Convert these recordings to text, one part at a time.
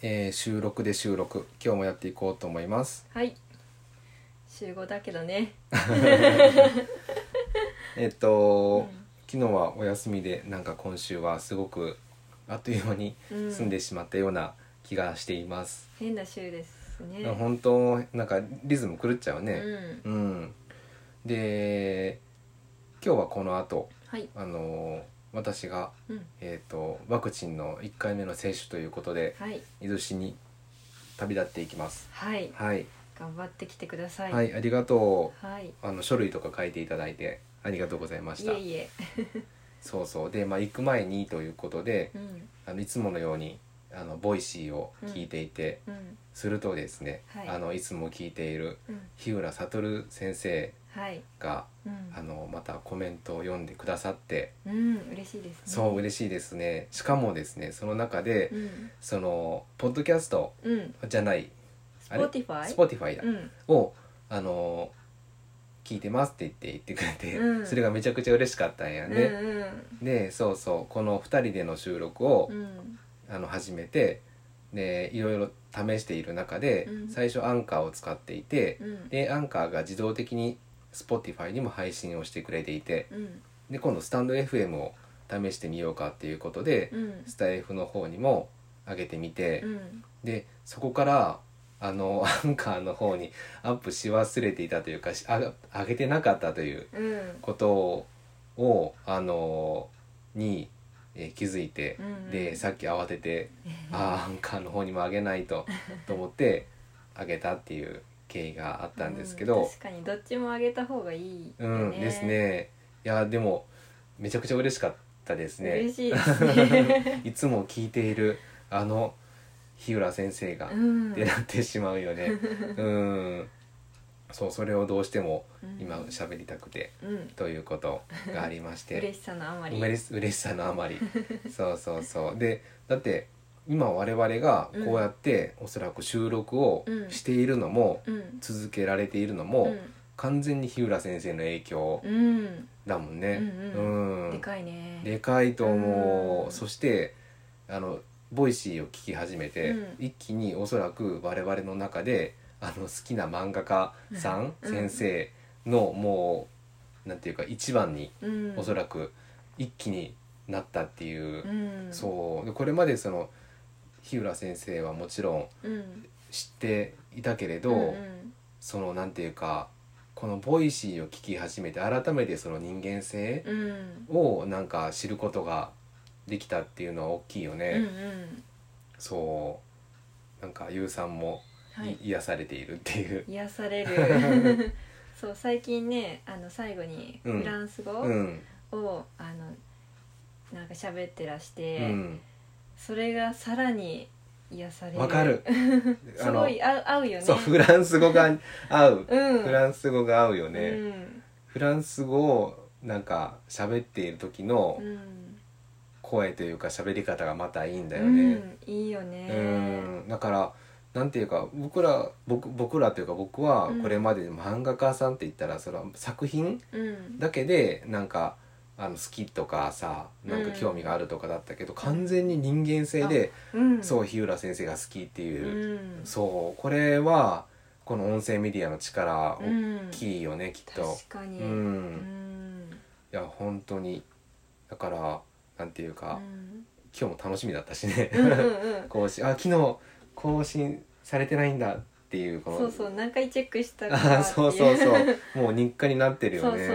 収録で収録、今日もやっていこうと思います。 はい、週5だけどね昨日はお休みで、なんか今週はすごくあっという間に済んでしまったような気がしています。 変な週ですね。 本当なんかリズム狂っちゃうね。で、今日はこの後、 はい、 私が、ワクチンの1回目の接種ということで、 はい、 伊豆市に旅立っていきます。 はい、 はい、 頑張ってきてください。 はい、ありがとう。 はい、 書類とか書いていただいてありがとうございました。 いえいえそうそう。で、行く前にということで、いつものようにボイシーを聞いていて、するとですね、 はい、 いつも聞いている日浦悟先生が、またコメントを読んでくださって、 嬉しいですね。 そう嬉しいですね。しかもですね、その中で、そのポッドキャストじゃない、Spotify だ、を聞いてますって言ってくれて、それがめちゃくちゃ嬉しかったんやね。で、そうそう、この2人での収録を、始めて、でいろいろ試している中で、最初アンカーを使っていて、でアンカーが自動的に Spotify にも配信をしてくれていて、で今度スタンド FM を試してみようかっていうことで、スタイフの方にも上げてみて、でそこからアンカーの方にアップし忘れていたというか、上げてなかったということを、に気づいて、でさっき慌ててアンカーの方にも上げないと思って上げたっていう経緯があったんですけど、 確かにどっちも上げた方がいいよね。 ですね。いやでもめちゃくちゃ嬉しかったですね。 嬉しいですねいつも聞いている日浦先生が、ってなってしまうよね。そう、それをどうしても今喋りたくて、ということがありまして嬉しさのあまり嬉しさのあまりそうそうそうで、だって今我々がこうやっておそらく収録をしているのも、続けられているのも、完全に日浦先生の影響だもんね。 でかいね。 でかいと思う。そしてボイシーを聞き始めて、一気におそらく我々の中で好きな漫画家さん、先生のもうなんていうか一番に、おそらく一気になったっていう、そうでこれまでその日浦先生はもちろん知っていたけれど、そのなんていうかこのボイシーを聞き始めて改めてその人間性をなんか知ることができたっていうのは大きいよね。そうなんかゆうさんも、癒されているっていう。 癒されるそう最近ね最後にフランス語を、なんか喋ってらして、それがさらに癒される。 わかるすごい合うよね。 そうフランス語が合う、フランス語が合うよね。フランス語をなんか喋っている時の声というか喋り方がまたいいんだよね。 いいよね。 だからなんていうか僕らというか僕はこれまで漫画家さんって言ったらその作品だけでなんか好きとかさ、なんか興味があるとかだったけど、完全に人間性で、そう日浦先生が好きっていう、そうこれはこの音声メディアの力大きいよね、きっと。 確かに。 いや本当にだからなんていうか、今日も楽しみだったしね更新昨日更新されてないんだっていうこのそう何回チェックしたかっていうそうもう日課になってるよね。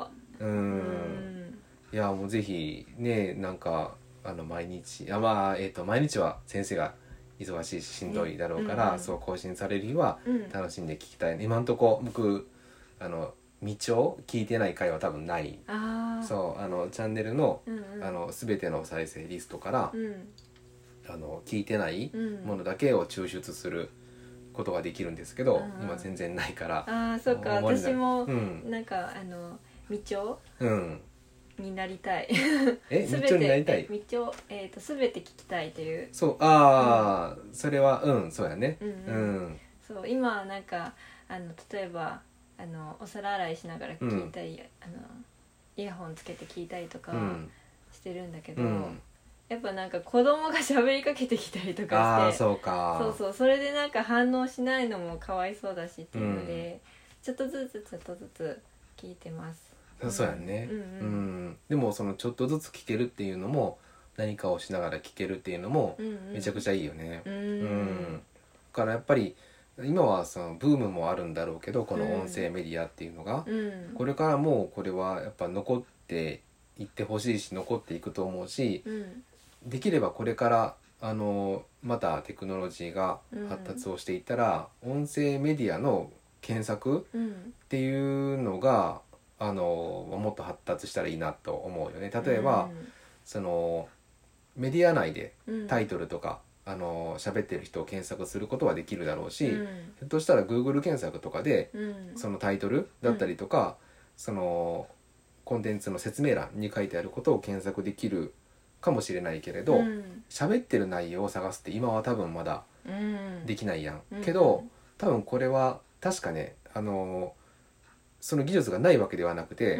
いやもうぜひね、なんか毎日毎日は先生が忙しいししんどいだろうから、そう更新される日は楽しんで聞きたい、今んとこ僕未聴聞いてない回は多分ない。そうチャンネルの、全ての再生リストから、聞いてないものだけを抽出することができるんですけど、今全然ないから。 そうか、私もなんか未聴になりたい未聴になりたい。 未聴全て聞きたいという。 そうそれはそうやね。 そう今なんか例えばお皿洗いしながら聞いたり、イヤホンつけて聞いたりとかしてるんだけど、 やっぱなんか子供が喋りかけてきたりとかして、 そうか、 そうそう、それでなんか反応しないのもかわいそうだしっていうので、ちょっとずつ聞いてます。 そうやね、でもそのちょっとずつ聞けるっていうのも、何かをしながら聞けるっていうのもめちゃくちゃいいよね。だからやっぱり今はそのブームもあるんだろうけど、この音声メディアっていうのが、これからもこれはやっぱ残っていってほしいし、残っていくと思うし、できればこれからまたテクノロジーが発達をしていったら、音声メディアの検索っていうのがもっと発達したらいいなと思うよね。例えば、そのメディア内でタイトルとか、喋ってる人を検索することはできるだろうし、ひょっとしたら Google 検索とかで、そのタイトルだったりとか、そのコンテンツの説明欄に書いてあることを検索できるかもしれないけれど、喋ってる内容を探すって今は多分まだできないやん、けど多分これは確かね、その技術がないわけではなくて、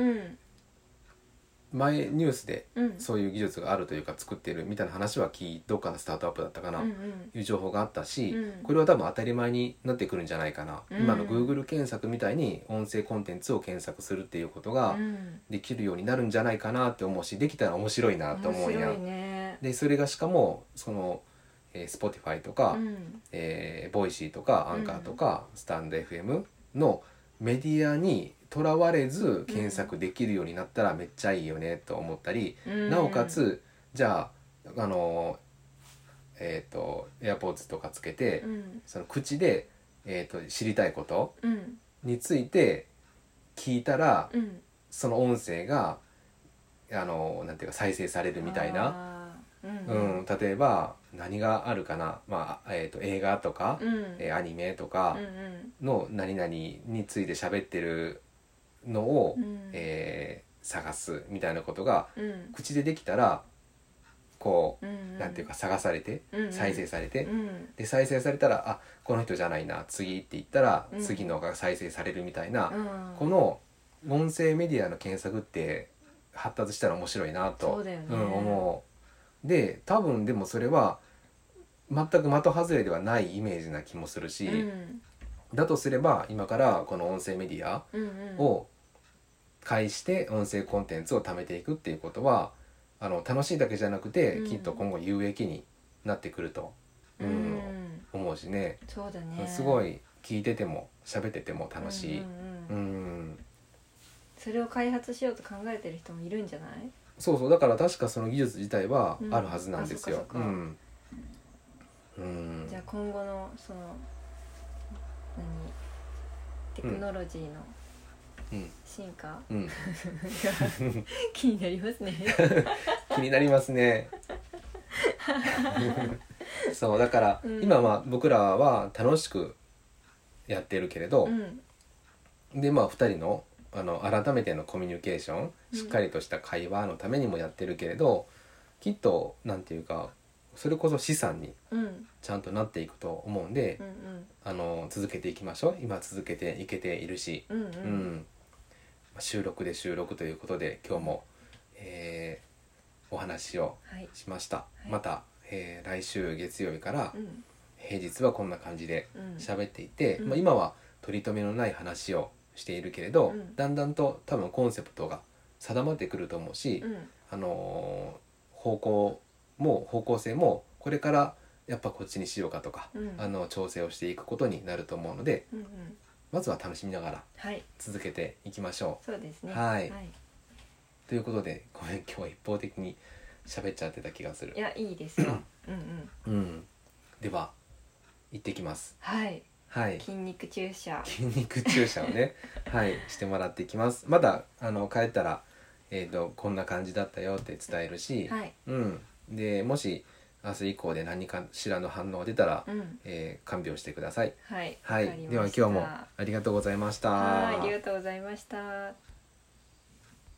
前ニュースでそういう技術があるというか作ってるみたいな話はどっかのスタートアップだったかな、いう情報があったし、これは多分当たり前になってくるんじゃないかな、今の Google 検索みたいに音声コンテンツを検索するっていうことができるようになるんじゃないかなって思うし、できたら面白いなと思うやん、でそれがしかもそのSpotify とか、ボイシーとかアンカーとか、スタンド FM のメディアにとらわれず検索できるようになったらめっちゃいいよねと思ったり、なおかつじゃあAirPods とかつけて、その口で、知りたいことについて聞いたら、その音声がなんていうか再生されるみたいな。例えば何があるかな、映画とか、アニメとかの何々について喋ってるのを、探すみたいなことが、口でできたらこう、なんていうか探されて、再生されて、で再生されたら、あ、この人じゃないな、次って言ったら、次のが再生されるみたいな、この音声メディアの検索って発達したら面白いなと、思う。で多分でもそれは全く的外れではないイメージな気もするし、だとすれば今からこの音声メディアを介して音声コンテンツを貯めていくっていうことは楽しいだけじゃなくて、きっと今後有益になってくると、思うしね。 そうだね。 すごい聞いてても喋ってても楽しい。 それを開発しようと考えてる人もいるんじゃない？ そうそう、だから確かその技術自体はあるはずなんですよ。 じゃあ今後のそのテクノロジーの進化、気になりますね。 気になりますね。そうだから、今は僕らは楽しくやってるけれど、で2人の改めてのコミュニケーション、しっかりとした会話のためにもやってるけれど、きっとなんていうかそれこそ資産にちゃんとなっていくと思うんで、続けていきましょう。今続けていけているし、収録ということで今日も、お話をしました。また、来週月曜日から平日はこんな感じで喋っていて、今は取り留めのない話をしているけれど、だんだんと多分コンセプトが定まってくると思うし、方向性もこれからやっぱこっちにしようかとか、調整をしていくことになると思うので、まずは楽しみながら続けていきましょう。 そうですね。 ということで、ごめん、今日は一方的に喋っちゃってた気がする。 いや、いいですよ。 では行ってきます。筋肉注射をねしてもらっていきます。まだ帰ったらこんな感じだったよって伝えるし、でもし明日以降で何かしらの反応が出たら、看病してください。では今日もありがとうございました。 ありがとうございました。